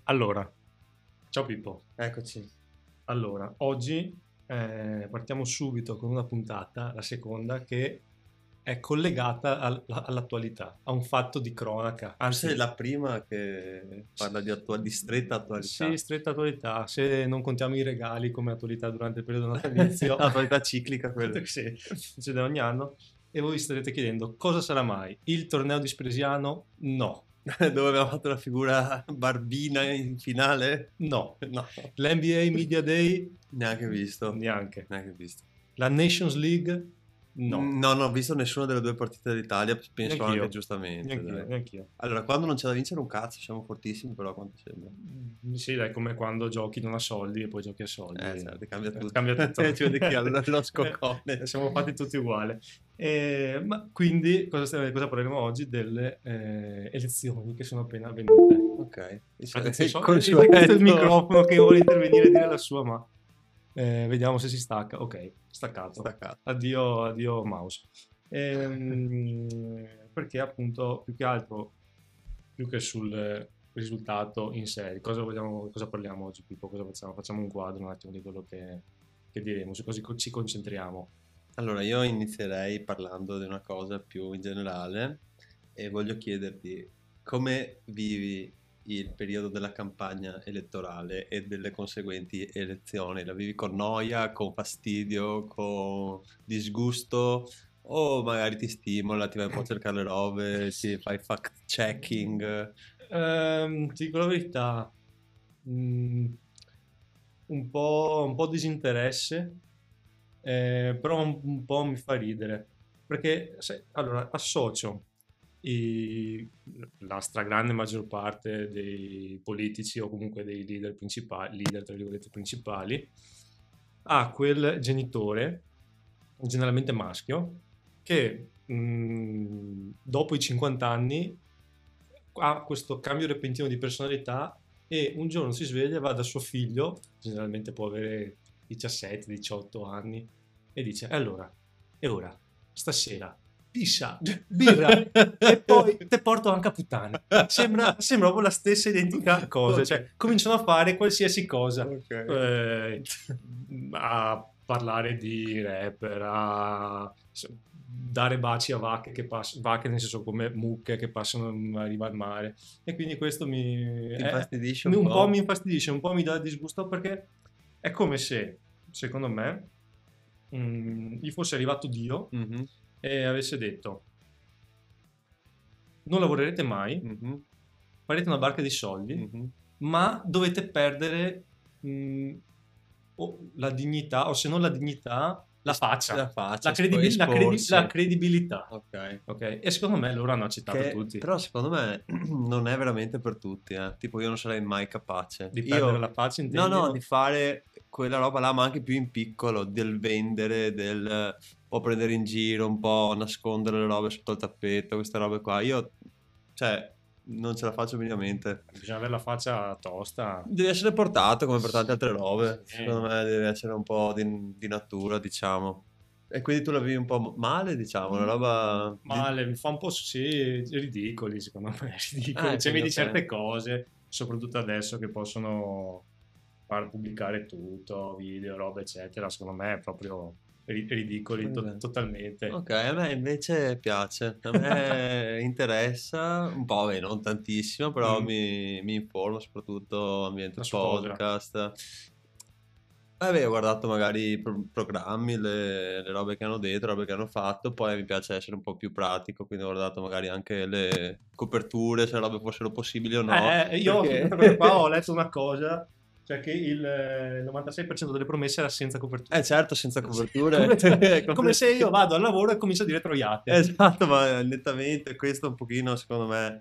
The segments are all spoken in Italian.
Allora, ciao Pippo. Eccoci. Allora, oggi partiamo subito con una puntata, la seconda, che è collegata all'attualità, a un fatto di cronaca, Forse è anzi, la prima che parla di stretta sì, attualità. stretta attualità, se non contiamo i regali come attualità durante il periodo natalizio, Attualità ciclica quella. sì, succede ogni anno, e voi vi starete chiedendo cosa sarà mai? Il torneo di Spresiano? No, Dove abbiamo fatto la figura barbina in finale? no. No, L'NBA Media Day? neanche visto. Neanche. Neanche visto. La Nations League? No. Non ho visto nessuna delle due partite d'Italia, penso anche Neanch'io, giustamente, neanch'io, dai. neanch'io. Allora, quando non c'è da vincere un cazzo, siamo fortissimi, però a quanto sembra. Sì, dai, come quando giochi non a soldi e poi giochi a soldi. Certo, cambia tutto. Cambia tutto. Ci vede chi ha lo scoccone. Siamo fatti tutti uguali. Ma quindi cosa parleremo oggi? Delle elezioni che sono appena avvenute. Ok. Attenzione, Il questo è il consueto. microfono che vuole intervenire e dire la sua, ma vediamo se si stacca. Ok, staccato. Staccato. Addio, addio mouse. Perché appunto più che altro, più che sul risultato in sé, cosa parliamo oggi, Pippo? Cosa facciamo? Facciamo un quadro un attimo di quello che diremo, su cosa ci concentriamo. Allora, io inizierei parlando di una cosa più in generale e voglio chiederti come vivi il periodo della campagna elettorale e delle conseguenti elezioni? La vivi con noia, con fastidio, con disgusto o magari ti stimola, ti vai un po' a cercare le robe, ti fai fact checking? Ti dico la verità, mm, un po' disinteresse, però un po' mi fa ridere, perché allora associo la stragrande maggior parte dei politici o comunque dei leader principali, leader tra virgolette principali, a quel genitore, generalmente maschio, che dopo i 50 anni ha questo cambio repentino di personalità e un giorno si sveglia e va da suo figlio, generalmente può avere 17-18 anni, e dice: allora, e ora, stasera, pizza, birra e poi te porto anche a puttane. Sembra proprio la stessa identica cosa, cioè cominciano a fare qualsiasi cosa, Ok. a parlare di rapper, a dare baci a vacche vacche nel senso come mucche che passano in riva al mare, e quindi questo Ti infastidisce un un po' po'? mi infastidisce, un po' mi dà disgusto, perché è come se, secondo me, gli fosse arrivato Dio Mhm, e avesse detto: non lavorerete mai, mhm, farete una barca di soldi, mhm. ma dovete perdere mh, o la dignità, o se non la dignità, la faccia, La faccia, la esporsi. credibilità. Ok. Ok? E secondo me loro hanno accettato Che tutti però secondo me non è veramente per tutti, eh. Tipo io non sarei mai capace. di perdere Io, la faccia, no, intendi? no, di fare quella roba là, ma anche più in piccolo, del vendere, del o prendere in giro un po', nascondere le robe sotto il tappeto, queste robe qua. Io, cioè, non ce la faccio minimamente. Bisogna avere la faccia tosta. Devi essere portato come per tante altre robe. Sì. Secondo me deve essere un po' di natura, diciamo. E quindi tu la vivi un po' male, diciamo, una roba Male, mi fa un po' sì, ridicoli, secondo me, ridicoli. Cioè, quindi vedi ok. certe cose, soprattutto adesso che possono far pubblicare tutto, video, roba, eccetera, secondo me è proprio ridicoli Ok. totalmente. Ok, a me invece piace, a me interessa un po', beh, non tantissimo, però Mm, mi informo, soprattutto ambiente ma su cosa? podcast. Vabbè, ho guardato magari i programmi, le robe che hanno detto, le robe che hanno fatto, poi mi piace essere un po' più pratico, quindi ho guardato magari anche le coperture, se le robe fossero possibili o no, Io su perché... questa cosa qua ho letto una cosa, cioè che il 96% delle promesse era senza copertura. certo, senza coperture, Come se io vado al lavoro e comincio a dire troiate. Esatto, ma nettamente questo un pochino secondo me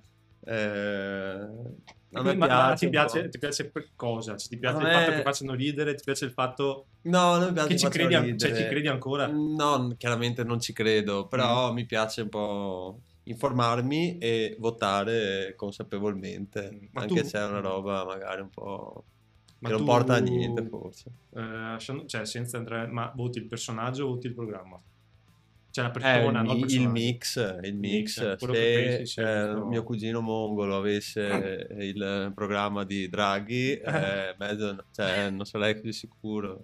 E a me quindi, ma piace un po'. ti piace per cosa? Cioè, ti A piace il fatto che me facciano ridere? Ti piace il fatto no, non mi piace che che ci facciano credi, cioè, ci ridere. credi ancora? No, chiaramente non ci credo, Mm. però mi piace un po' informarmi e votare consapevolmente, Ma anche se è una roba magari un po' ma che non tu porta a niente forse. cioè, senza entrare, ma voti il personaggio o voti il programma? Cioè la persona, non il il personaggio. il Mix, mix, quello che pensi se sia giusto. mio cugino mongolo avesse il programma di Draghi, cioè, non sarei così sicuro.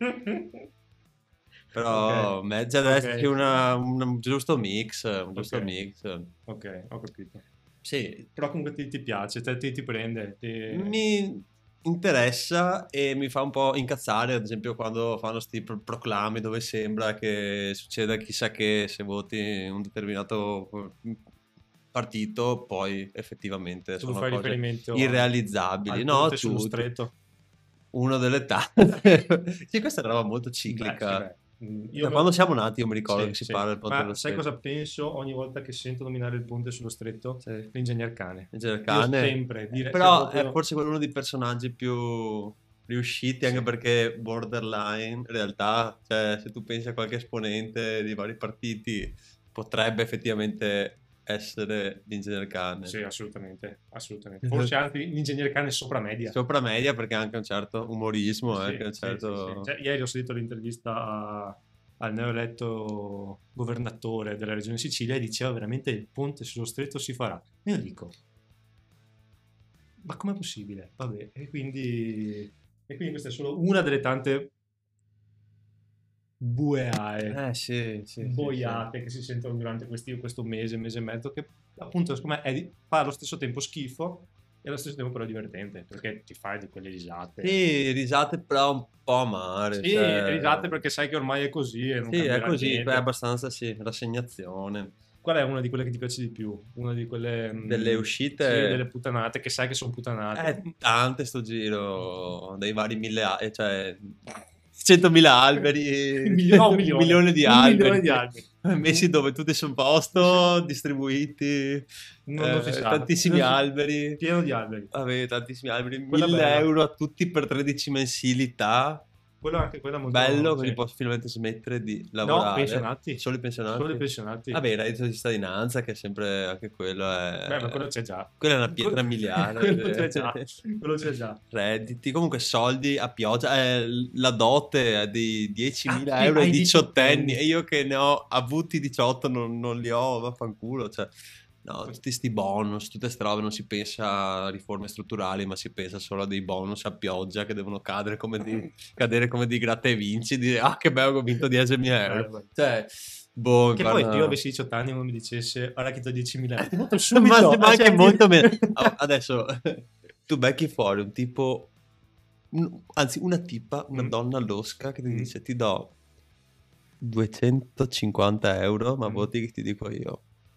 Ok, Però deve ok, esserci un giusto mix, un ok, giusto mix. ok, ho capito. Sì, Però comunque ti piace, ti prende, mi interessa e mi fa un po' incazzare, ad esempio, quando fanno sti proclami dove sembra che succeda chissà che se voti un determinato partito, poi effettivamente tu sono fai cose riferimento irrealizzabili. al No, ponte sullo tutti. stretto. Uno delle tante. Sì, questa è una roba molto Beh, sì, ciclica. beh. Io Da quando siamo nati io mi ricordo sì, che si sì. parla del ponte dello Ma sai stretto. cosa penso ogni volta che sento nominare il ponte sullo stretto? Sì. L'ingegner Cane. Leggero Io cane. sempre dire, cioè Però è proprio forse uno dei personaggi più riusciti, sì. anche perché borderline, in realtà, cioè, se tu pensi a qualche esponente di vari partiti, potrebbe effettivamente essere l'ingegner cane. Sì, assolutamente, assolutamente. Forse anche l'ingegner Cane è sopra media. Sopra media perché ha anche un certo umorismo, anche Sì, un sì, sì, sì. certo... Cioè, ieri ho sentito l'intervista al neoeletto governatore della regione Sicilia e diceva veramente il ponte sullo stretto si farà. E io dico, ma com'è possibile? Vabbè, e quindi questa è solo una delle tante bueae, Sì, sì, sì, sì. boiate che si sentono durante questo mese e mezzo, che appunto secondo me fa allo stesso tempo schifo e allo stesso tempo però è divertente, perché ti fai di quelle risate. Sì, risate però un po' amare, Sì, cioè... risate perché sai che ormai è così e non Sì, è cambierà così, è niente. abbastanza, sì, rassegnazione. Qual è una di quelle che ti piace di più? Una di quelle, Delle sì, uscite, delle puttanate che sai che sono puttanate. tante sto giro, dei vari cioè 100.000 alberi, No, un milione di un milione alberi di alberi. messi dove tutti sul posto, distribuiti, Non si sa, tantissimi alberi, pieno di alberi. vabbè, tantissimi alberi, Quella 1000 bella, euro a tutti per 13 mensilità. quella Bello, molto, così sì. posso finalmente smettere di No, lavorare. pensionati, Solo i solo i pensionati? pensionati. Vabbè, il reddito di cittadinanza, che è sempre anche quello Beh, ma è... quello c'è già. Quella è una pietra miliare. Quello c'è già, quello c'è già. Redditi, comunque soldi a pioggia. La dote è di 10.000 euro ai Ai diciottenni diciottenni. e io che ne ho avuti 18 non li ho, vaffanculo. Cioè, no, tutti sti bonus, tutte ste robe, non si pensa a riforme strutturali, ma si pensa solo a dei bonus a pioggia che devono cadere cadere come di gratta e vinci, dire ah che bello, ho vinto 10.000 euro. Bello. Cioè, boh, Che poi se io avessi 18 anni e uno mi dicesse guarda che ti do 10.000 euro, ti butto ma, subito. ma anche Cioè, molto meno. Adesso tu becchi fuori un tipo, anzi una tipa, una Mm, donna losca che ti mm, dice ti do 250 euro, ma mm. voti che ti dico io.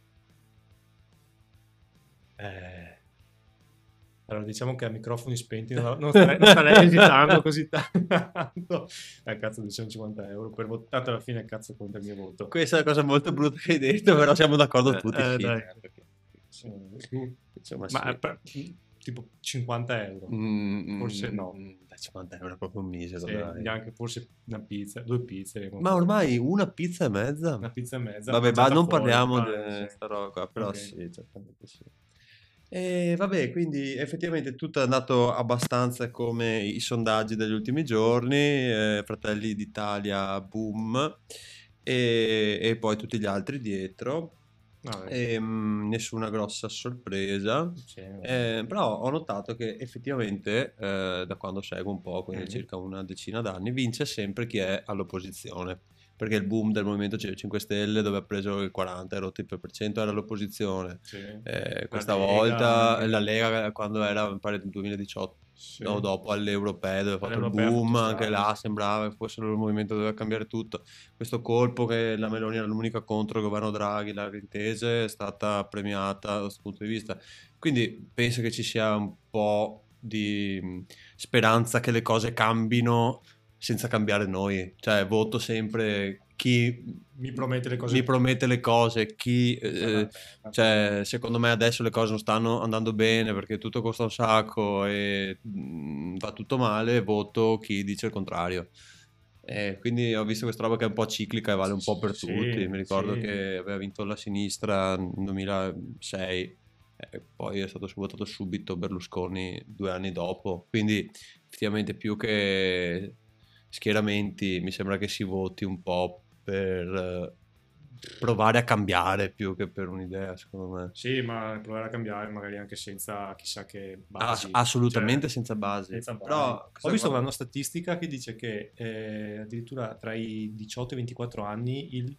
Allora diciamo che a microfoni spenti non starei esitando così tanto. Cazzo, 250 euro per votare, alla fine cazzo conta il mio voto. Questa è una cosa molto brutta che hai detto, però siamo d'accordo tutti, sì. Dai. Perché, Insomma, sì. tipo 50 euro, forse no. 50 euro è proprio un misero, Sì, dai. neanche forse una pizza, 2 pizze. Ma ormai una pizza e mezza? Una pizza e mezza. Vabbè, ma mangiata non fuori. parliamo di Vabbè, sì. questa roba qua, però Ok. sì, certamente sì. E vabbè, quindi effettivamente tutto è andato abbastanza come i sondaggi degli ultimi giorni, Fratelli d'Italia, boom, e poi tutti gli altri dietro. Vabbè, Nessuna grossa sorpresa. sì, Però ho notato che effettivamente da quando seguo un po', quindi circa una decina d'anni, vince sempre chi è all'opposizione, perché il boom del Movimento 5 Stelle, dove ha preso il 40 e rotto il per cento, era l'opposizione. sì. Questa La Lega volta anche. la Lega, quando era, mi pare, nel 2018, Sì. no, dopo alle europee dove ha fatto il All'Europea ha fatto boom, anche strage. là sembrava che fosse il loro movimento, doveva cambiare tutto. Questo colpo che la Meloni era l'unica contro il governo Draghi, la Rintese, è stata premiata da questo punto di vista. Quindi penso che ci sia un po' di speranza che le cose cambino senza cambiare noi. Cioè, voto sempre chi Mi promette le cose. mi promette le cose, chi... cioè, secondo me adesso le cose non stanno andando bene perché tutto costa un sacco e va tutto male, voto chi dice il contrario. Quindi ho visto questa roba che è un po' ciclica e vale un po' per Sì, tutti. Mi ricordo sì. che aveva vinto la sinistra nel 2006 e poi è stato votato subito Berlusconi 2 anni dopo. Quindi effettivamente più che schieramenti mi sembra che si voti un po' per provare a cambiare più che per un'idea, secondo me. Sì, ma provare a cambiare magari anche senza chissà che basi. Assolutamente Cioè, senza basi. senza basi. Però Ho visto una statistica che dice che addirittura tra i 18 e i 24 anni il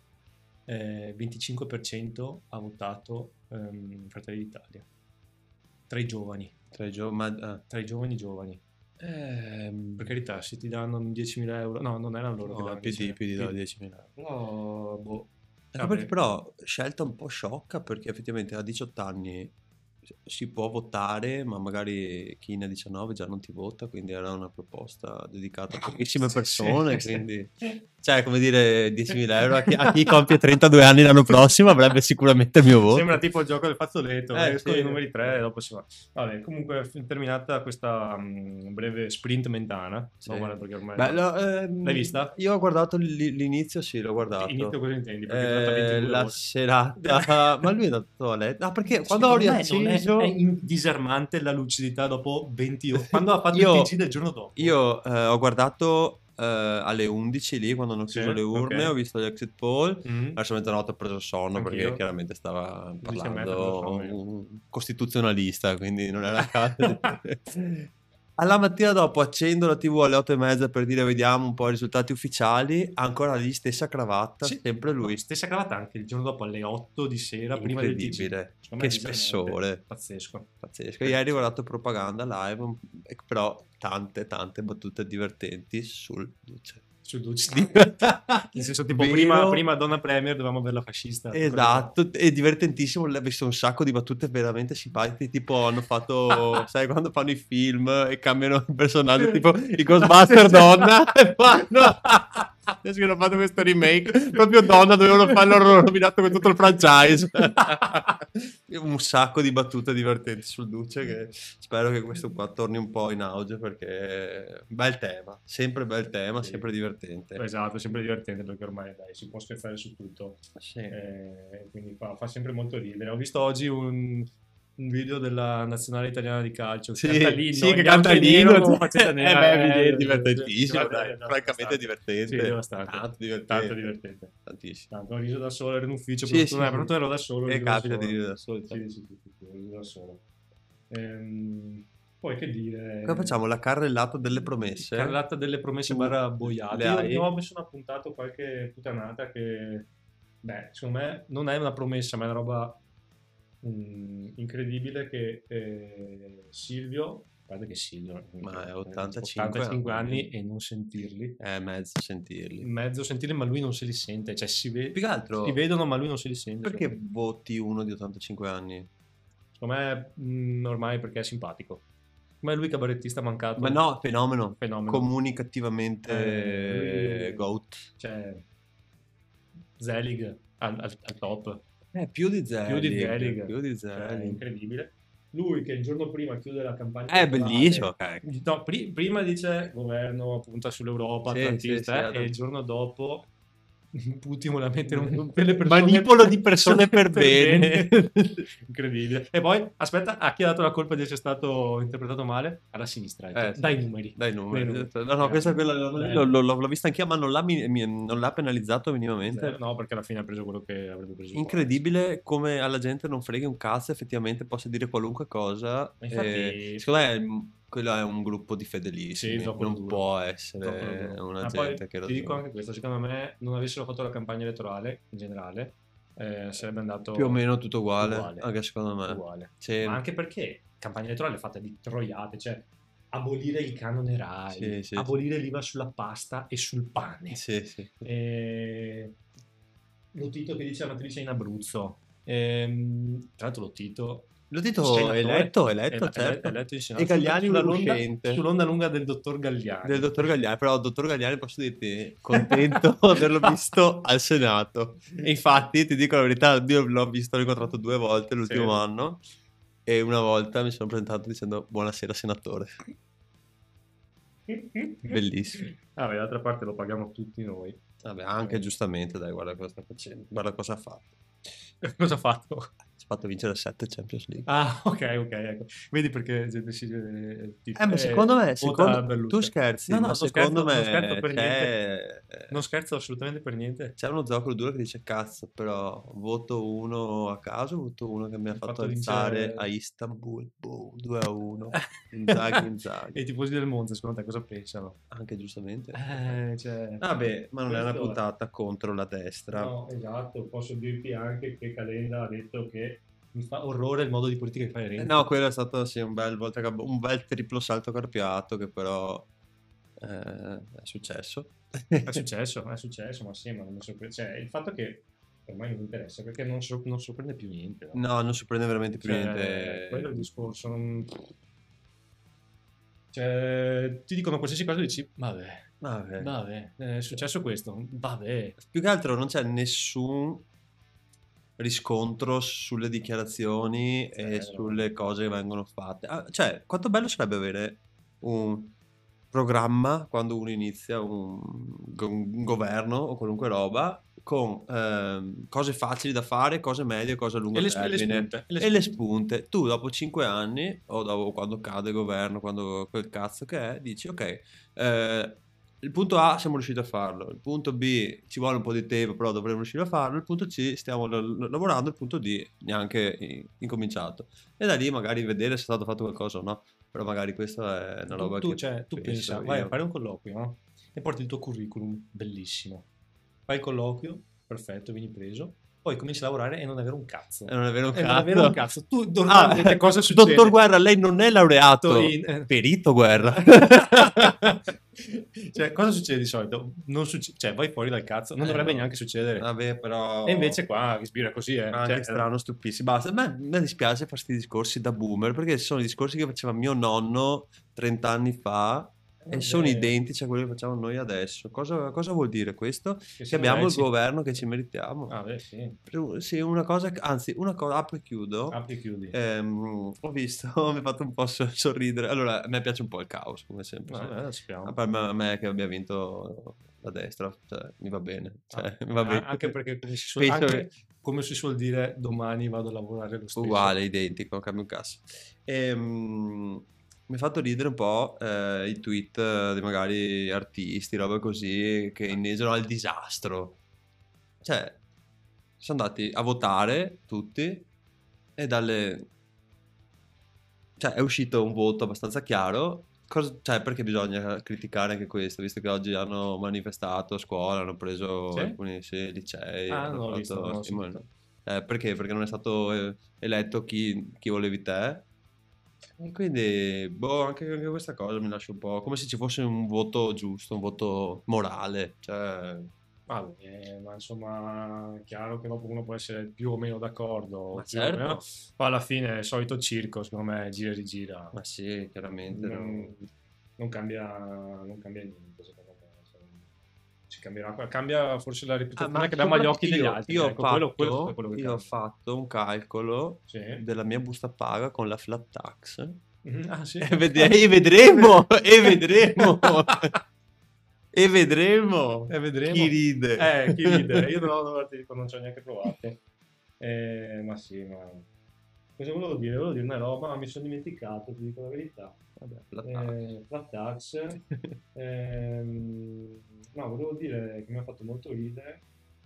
25% ha votato Fratelli d'Italia. Tra i giovani. tra i giovani, Tra i giovani. Per carità, se ti danno 10.000 euro... No, non erano loro che davano più di 10.000 euro. Però, boh. Ecco perché però scelta un po' sciocca, perché effettivamente a 18 anni si può votare, ma magari chi ne ha 19 già non ti vota, quindi era una proposta dedicata a pochissime persone, quindi cioè, come dire, 10.000 euro a chi compie 32 anni l'anno prossimo avrebbe sicuramente il mio voto. Sembra tipo il gioco del fazzoletto, escono sì. i numeri 3 e dopo si va. Vabbè, comunque terminata questa breve sprint mentana, Sì. no, guarda, perché ormai l'hai vista? Io ho guardato l'inizio, sì, l'ho guardato. Inizio cosa intendi? Perché è durata 22 la ore. serata, ma lui è andato a letto. Ah, perché quando ho riacceso è disarmante la lucidità dopo 20 ore. Quando ha fatto il TG del giorno dopo. Io ho guardato alle 11 lì, quando hanno chiuso le urne, ok. ho visto gli exit poll, Mm. verso mezzanotte ho preso sonno. Anch'io. Perché chiaramente stava 11 e mezza parlando preso sonno io. un costituzionalista, quindi non era caso. Alla mattina dopo accendo la TV alle 8:30 per dire vediamo un po' i risultati ufficiali, ancora lì stessa cravatta, Sì, sempre lui. no, stessa cravatta anche il giorno dopo alle 8 di sera, prima del TG. Incredibile, Secondo me che è disarmante. spessore. Pazzesco. Ieri ho guardato Propaganda live, però tante battute divertenti sul Duce. Sul Duce. Nel senso, tipo, prima Donna Premier dovevamo averla fascista. Esatto, è divertentissimo, ho visto un sacco di battute veramente simpatiche, tipo hanno fatto, sai, quando fanno i film e cambiano il personaggio, tipo i Ghostbuster donna, e fanno... Adesso che hanno fatto questo remake, proprio donna, dovevano farlo, hanno rovinato con tutto il franchise. Un sacco di battute divertenti sul Duce, che spero che questo qua torni un po' in auge, perché bel tema, sempre bel tema, Sì. sempre divertente. Esatto, sempre divertente, perché ormai dai, si può scherzare su tutto. Sì. Quindi fa sempre molto ridere. Ho visto oggi un video della nazionale italiana di calcio. Sì, che canta l'inno. È divertentissimo, dai, francamente divertente. Sì, devastante. Tanto divertente. Tantissimo. Tanto ho riso da solo, ero in ufficio, Sì, per fortuna ero da solo. E capita di ridere da solo. Sì, ho riso da solo. Poi che dire? Come facciamo? La carrellata delle promesse? Carrellata delle promesse barra boiate. Io mi sono appuntato qualche puttanata che, beh, secondo me non è una promessa, ma è una roba incredibile, che Silvio, guarda che Silvio, ma è 85 anni e non sentirli. Mezzo sentirli. Ma lui non se li sente, cioè Più che altro, si vedono ma lui non se li sente. Perché voti uno di 85 anni? Secondo me ormai perché è simpatico. Ma è lui cabarettista mancato. Ma no, fenomeno. Comunicativamente GOAT. Cioè, Zelig al top. Più di Zelig. Cioè, incredibile. Lui che il giorno prima chiude la campagna è bellissimo. No, prima dice governo punta sull'Europa, atlantista, e il giorno dopo Putin vuole mettere delle persone manipolo di persone per bene. Incredibile. E poi aspetta, a chi ha dato la colpa di essere stato interpretato male? Alla sinistra, dai numeri. No, questa l'ho vista anch'io, ma non l'ha penalizzato minimamente. No, perché alla fine ha preso quello che avrebbe preso. Incredibile come alla gente non freghi un cazzo, effettivamente possa dire qualunque cosa. Infatti, secondo me quello è un gruppo di fedelissimi, non può essere una gente che ti dico anche questo, secondo me non avessero fatto la campagna elettorale in generale, sarebbe andato più o meno tutto uguale. Anche secondo me uguale. Ma anche perché campagna elettorale fatta di troiate, cioè abolire il canone Rai, abolire l'IVA sulla pasta e sul pane, Lotito che dice la matrice in Abruzzo, tra l'altro Lotito eletto, certo. Eletto in Senato. E Galliani uscente. Sull'onda lunga del dottor Galliani. Però il dottor Galliani, posso dirti, contento di averlo visto al Senato. E infatti, ti dico la verità, io l'ho incontrato 2 volte l'ultimo anno, e una volta mi sono presentato dicendo buonasera senatore. Bellissimo. D'altra parte lo paghiamo tutti noi. Vabbè, anche giustamente, dai, guarda cosa sta facendo, guarda cosa ha fatto. Cosa ha fatto? Si è fatto vincere 7 Champions League. Ah, ok, ecco. Vedi perché Ma secondo me, vota tu Berlusconi. scherzi, No, ma non secondo scherzo, non scherzo me per niente. Non scherzo assolutamente per niente. c'è uno zoccolo duro che dice cazzo, però voto uno a caso, voto uno che mi ha Ha fatto fatto alzare vincere- a Istanbul, boom, 2-1, Inzaghi. E i tifosi del Monza, secondo te cosa pensano? Anche giustamente. Cioè, Vabbè, ma non è una questo puntata contro la destra. No, esatto. Posso dirti anche che Calenda ha detto che mi fa orrore il modo di politica che fai Renzi. No, quello è stato sì, un bel triplo salto carpiato che però è successo. È successo, ma sì, ma non mi sorprende. Cioè, il fatto che ormai non mi interessa perché non sorprende più niente. No? No, non sorprende veramente più Cioè, niente. quello è il discorso. Cioè, ti dicono qualsiasi cosa e dici, vabbè, è successo questo, vabbè. Più che altro non c'è nessun riscontro sulle dichiarazioni e sulle cose che vengono fatte. Cioè, quanto bello sarebbe avere un programma quando uno inizia un governo o qualunque roba con cose facili da fare, cose medie, cose a lungo termine e le spunte. Tu dopo 5 anni o dopo quando cade il governo, quando quel cazzo che è, dici ok, il punto A siamo riusciti a farlo, il punto B ci vuole un po' di tempo però dovremmo riuscire a farlo, il punto C stiamo lavorando, il punto D neanche incominciato e da lì magari vedere se è stato fatto qualcosa o no, però magari questa è una roba tu che pensa, vai a fare un colloquio, no? E porti il tuo curriculum, bellissimo, fai il colloquio, perfetto, vieni preso, poi cominci a lavorare e non avere un cazzo. E non avere un E cazzo. non avere un cazzo. Tu normalmente cosa succede? Dottor Guerra, lei non è laureato. Perito Guerra. Cioè, cosa succede di solito? Non cioè, vai fuori dal cazzo, non dovrebbe neanche succedere. Vabbè, però... E invece qua sbira così, Anche cioè, strano, stupissimo. Basta. A me dispiace fare questi discorsi da boomer, perché sono i discorsi che faceva mio nonno 30 anni fa e sono identici a quelli che facciamo noi adesso. Cosa vuol dire questo? Che abbiamo il governo che ci meritiamo. Ah, beh, sì. Sì, una cosa, apro e chiudo. Apri e chiudi. Ho visto, mi ha fatto un po' sorridere. Allora, a me piace un po' il caos, come sempre. A me che abbia vinto la destra, cioè, mi va bene. Cioè, mi va bene. Anche perché, come si suol dire, domani vado a lavorare lo stesso. Uguale, identico, cambio un cazzo. Mi ha fatto ridere un po' i tweet di magari artisti, roba così, che inneggiano al disastro. Cioè, sono andati a votare tutti e cioè, è uscito un voto abbastanza chiaro. Cioè, perché bisogna criticare anche questo, visto che oggi hanno manifestato a scuola, hanno preso alcuni licei. Non l'ho visto. Perché? Perché non è stato eletto chi volevi te. E quindi, anche questa cosa mi lascia un po' come se ci fosse un voto giusto, un voto morale. Cioè... Vabbè, ma insomma, è chiaro che dopo uno può essere più o meno d'accordo. Ma certo. Meno, poi alla fine è il solito circo, secondo me, gira e rigira. Ma sì, chiaramente. Non cambia niente, secondo me. Si cambierà, cambia forse la reputazione che abbiamo agli occhi degli altri. Io ho fatto un calcolo della mia busta paga con la flat tax. Ah, sì. E vedremo. E vedremo chi ride. Chi ride. Io non ci ho neanche provato. Ma sì, ma... Cosa volevo dire? Volevo dire una roba, ma mi sono dimenticato, ti dico la verità. Vabbè, flat tax. No, volevo dire che mi ha fatto molto ridere.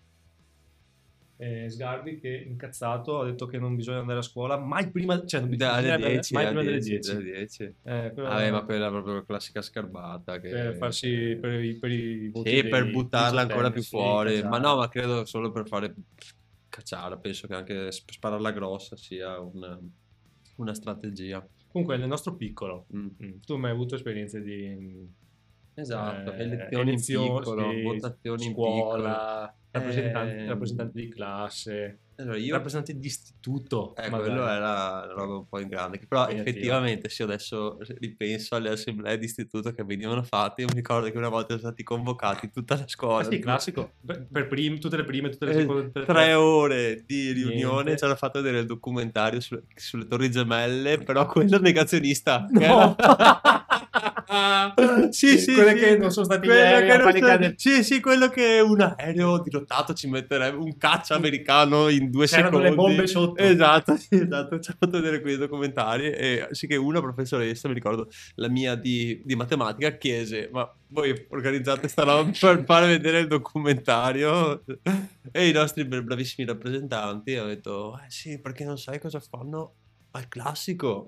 Sgarbi che incazzato ha detto che non bisogna andare a scuola mai prima, cioè non bisogna mai prima delle 10. Vabbè, ma quella è proprio la classica scarbata che... per farsi per i voti sì, per buttarla ancora più fuori, cacciare. Ma no, ma credo solo per fare cacciare, penso che anche spararla grossa sia una strategia. Comunque nel nostro piccolo tu hai mai avuto esperienze di esatto, elezioni in piccolo, votazioni in scuola, rappresentanti di classe, allora rappresentanti di istituto. Quello era una roba un po' in grande, però effettivamente se adesso ripenso alle assemblee di istituto che venivano fatte, io mi ricordo che una volta sono stati convocati tutta la scuola. Sì, classico, tutte le prime, tutte le seconde. 3 ore di riunione, ci hanno fatto vedere il documentario sulle Torri Gemelle, però quello negazionista. No. Sì, quelle che non sono stati gli quello aerei che a non fare so- cadere. sì, quello che un aereo dirottato ci metterebbe un caccia americano in 2 C'erano secondi. le bombe sotto. Esatto, sì, esatto. Ci ha fatto vedere quei documentari e sì che una professoressa, mi ricordo, la mia di matematica, chiese: ma voi organizzate sta roba per fare vedere il documentario? E i nostri bravissimi rappresentanti hanno detto: sì, perché non sai cosa fanno al classico.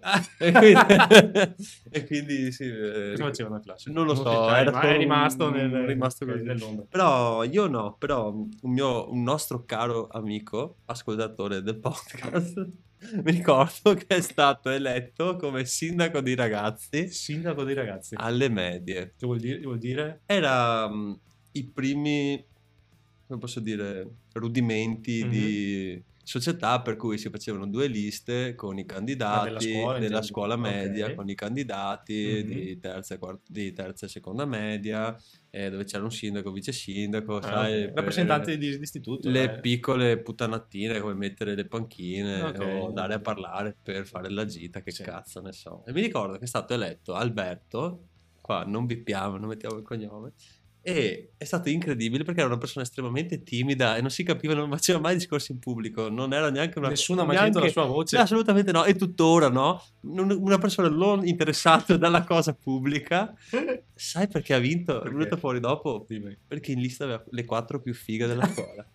E quindi sì, Cosa facevano al classico? non lo Non si so, sa, era ma solo è rimasto rimasto ok, così. nell'ombra. Però io no, però un nostro caro amico, ascoltatore del podcast, mi ricordo che è stato eletto come sindaco di ragazzi Sindaco dei ragazzi. alle medie. Che vuol dire? Vuol dire? Era i primi, come posso dire, rudimenti Mhm. di società per cui si facevano 2 liste con i Ah, candidati scuola, della intendi. scuola media, Ok. con i candidati Mhm. di terza e seconda media, dove c'era un sindaco, vice sindaco, Ah, sai, ok. per Rappresentante di istituto. le piccole puttanattine come mettere le panchine Ok, o dare a ok. parlare per fare la gita, che Sì. cazzo ne so. E mi ricordo che è stato eletto Alberto, qua non bippiamo, non mettiamo il cognome, e è stato incredibile perché era una persona estremamente timida e non si capiva, non faceva mai discorsi in pubblico, non era neanche Nessuno ha mai sentito la sua voce. assolutamente no, e tuttora no, una persona non interessata dalla cosa pubblica. Sai perché ha vinto? È Perché? venuto fuori dopo Dimmi. perché in lista aveva le 4 più fighe della scuola.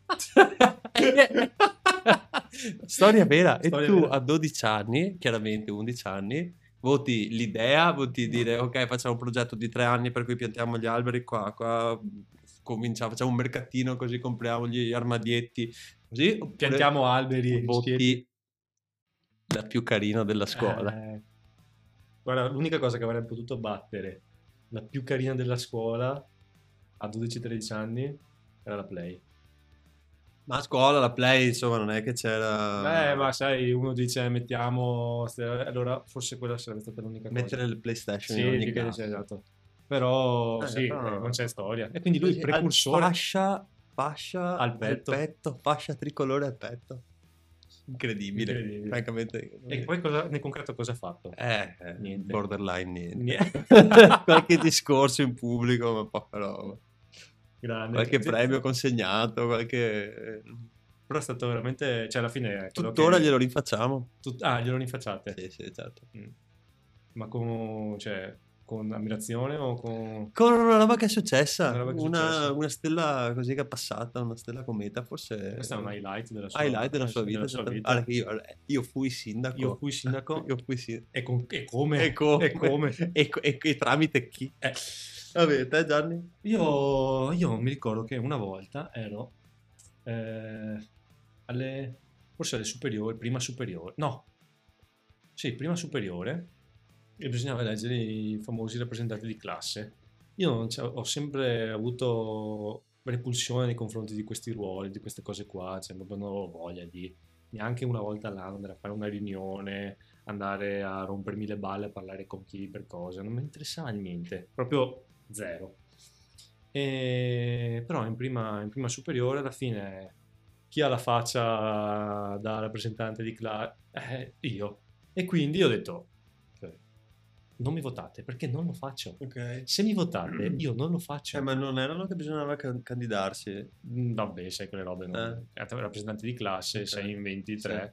Storia vera. E Storia tu vera. a 12 anni, chiaramente 11 anni, voti l'idea, voti dire ok, facciamo un progetto di 3 anni per cui piantiamo gli alberi qua cominciamo, facciamo un mercatino così compriamo gli armadietti, così, oppure Piantiamo alberi. voti la più carina della scuola. Guarda, l'unica cosa che avrei potuto battere, la più carina della scuola, a 12-13 anni, era la Play. Ma a scuola la Play, insomma, non è che c'era... Ma sai, uno dice mettiamo... Allora forse quella sarebbe stata l'unica cosa. mettere il PlayStation Sì, in ogni più che caso. esatto. Però sì, però- non c'è storia. E quindi lui, Così, precursore fascia al petto. fascia tricolore al petto. Incredibile. Incredibile. Francamente. E poi nel concreto cosa ha fatto? Niente. Borderline niente. Niente. Qualche discorso in pubblico, ma poca roba. Grande. Qualche premio consegnato, qualche... Però è stato veramente... Cioè alla fine... quello Tuttora che- glielo rinfacciamo. glielo rinfacciate? Sì, certo. Mm. Ma con ammirazione o con... Con una roba che è successa, Una roba che è successa. una stella così che è passata, una stella cometa, forse Questo è un highlight della sua, highlight della sua vita. della sua vita. Allora, io fui sindaco. Io fui sindaco. Io fui sindaco. E come? E come? E come? E tramite chi? Vabbè, te Gianni? Io mi ricordo che una volta ero forse alle superiori, prima superiore, no, sì, prima superiore, e bisognava leggere i famosi rappresentanti di classe. Io non c'ho- ho sempre avuto repulsione nei confronti di questi ruoli, di queste cose qua, cioè proprio non ho voglia di neanche una volta all'anno andare a fare una riunione, andare a rompermi le balle a parlare con chi per cosa, non mi interessava niente, proprio zero. Però in prima superiore alla fine chi ha la faccia da rappresentante di classe? Io. E quindi ho detto, ok, non mi votate perché non lo faccio. Ok. Se mi votate io non lo faccio. Ma non erano che bisognava candidarsi? Vabbè, sai quelle robe, no? Rappresentante di classe, Ok. 6 in 23.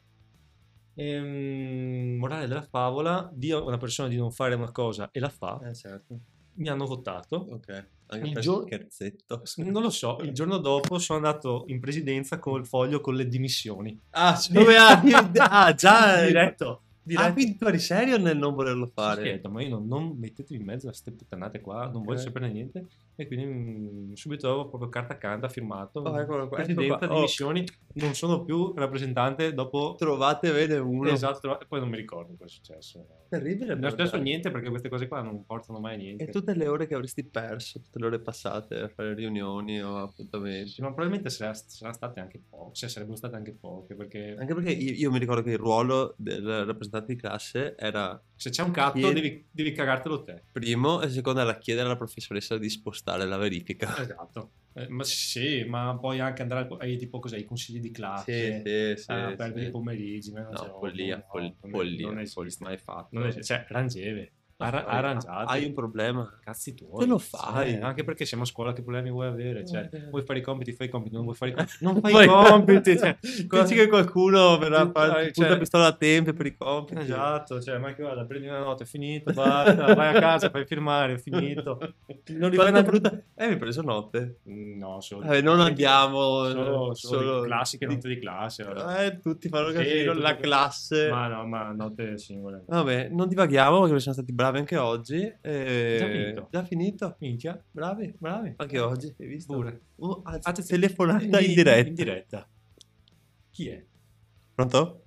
Morale della favola, dia a una persona di non fare una cosa e la fa, Certo. mi hanno votato. Ok. Anche Il per giorno- scherzetto. Non lo so, il giorno dopo sono andato in presidenza col foglio con le dimissioni. Dove già Diretto. quindi tu eri serio nel non volerlo Sì, fare? ho detto, ma io non mettetevi in mezzo a queste puttanate qua, non voglio Ok. sapere niente. E quindi subito dopo, proprio carta canta, firmato. Eccolo qua, Presidenza, ecco qua. dimissioni, non sono più rappresentante dopo... Trovate bene uno. Esatto, e poi non mi ricordo cosa è successo. Terribile. Non è successo niente perché queste cose qua non portano mai a niente. E tutte le ore che avresti perso, tutte le ore passate a fare riunioni o appuntamenti. Sì, ma probabilmente saranno state anche poche, cioè sarebbero state anche poche, perché Anche perché io mi ricordo che il ruolo del rappresentante di classe era se c'è un catto devi cagartelo te. primo e secondo era chiedere alla professoressa di spostare la verifica. Esatto. Ma sì, ma poi anche andare ai tipo cos'è, i consigli di classe, Sì, perdere sì. i pomeriggi. Ma non c'è No, follia, roba, no, follia, non esiste. mai fatto. Non esiste. Cioè, rangeve. Arrangiati. Hai un problema? Cazzi tuoi. Te lo fai. Anche perché siamo a scuola, che problemi vuoi avere? Cioè, vuoi fare i compiti, fai i compiti, non vuoi fare i compiti, non fai Poi- i compiti. Cioè, Dici che qualcuno verrà a fare cioè, la pistola a tempo per i compiti. esatto, cioè, ma che guarda, prendi una nota, è finito, basta, vai a casa, fai firmare, è finito. Non rifai Quanta una brutta... hai preso notte? No, solo Non andiamo... solo classiche note di classe. Vabbè. tutti fanno Sì, casino, tutte la que- classe... Ma no, ma note singole. Vabbè, non divaghiamo perché siamo stati bravi anche oggi. Già finito. Già finito. Minchia, bravi. Anche oggi, hai visto? Pure. Telefonata in diretta. In diretta. Chi è? Pronto?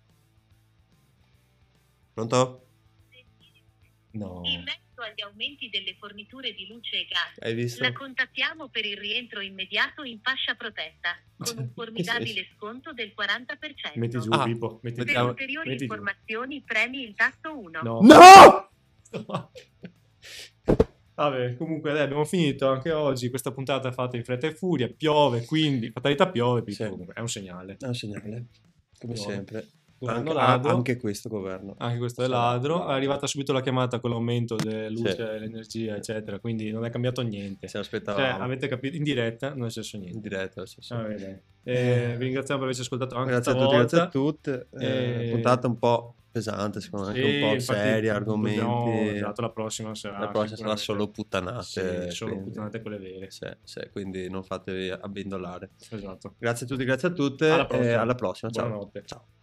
Pronto? No. In merito agli aumenti delle forniture di luce e gas, Hai visto? la contattiamo per il rientro immediato in fascia protetta, con un formidabile sconto del 40%. Metti giù, Ah, Pippo. Metti Per giù. ulteriori Metti giù. informazioni premi il tasto 1. No. No! Vabbè, comunque abbiamo finito anche oggi. Questa puntata è fatta in fretta e furia. Piove, quindi fatalità piove. Pippo, Sì. comunque, è un segnale. È un segnale, come Piove. sempre. Governo ladro. Anche questo governo. Anche questo è Sarà ladro. ladro. È arrivata subito la chiamata con l'aumento delle luce, Sì. l'energia, eccetera. Quindi non è cambiato niente. Se Cioè, aspettavamo avete capito? In diretta non è successo in niente. diretta. Sì, sì. Va bene. Vi ringraziamo per averci ascoltato anche Grazie a tutti, stavolta. grazie a tutte. Puntata un po' pesante, secondo me, anche un po' infatti, seria, argomenti. Esatto, la prossima sarà La prossima sarà sicuramente- solo puttanate. Sì, solo quindi- puttanate quelle vere. Sì, quindi non fatevi abbindolare. Esatto. Grazie a tutti, grazie a tutte. Alla prossima. Alla prossima. Ciao. Buonanotte. Ciao.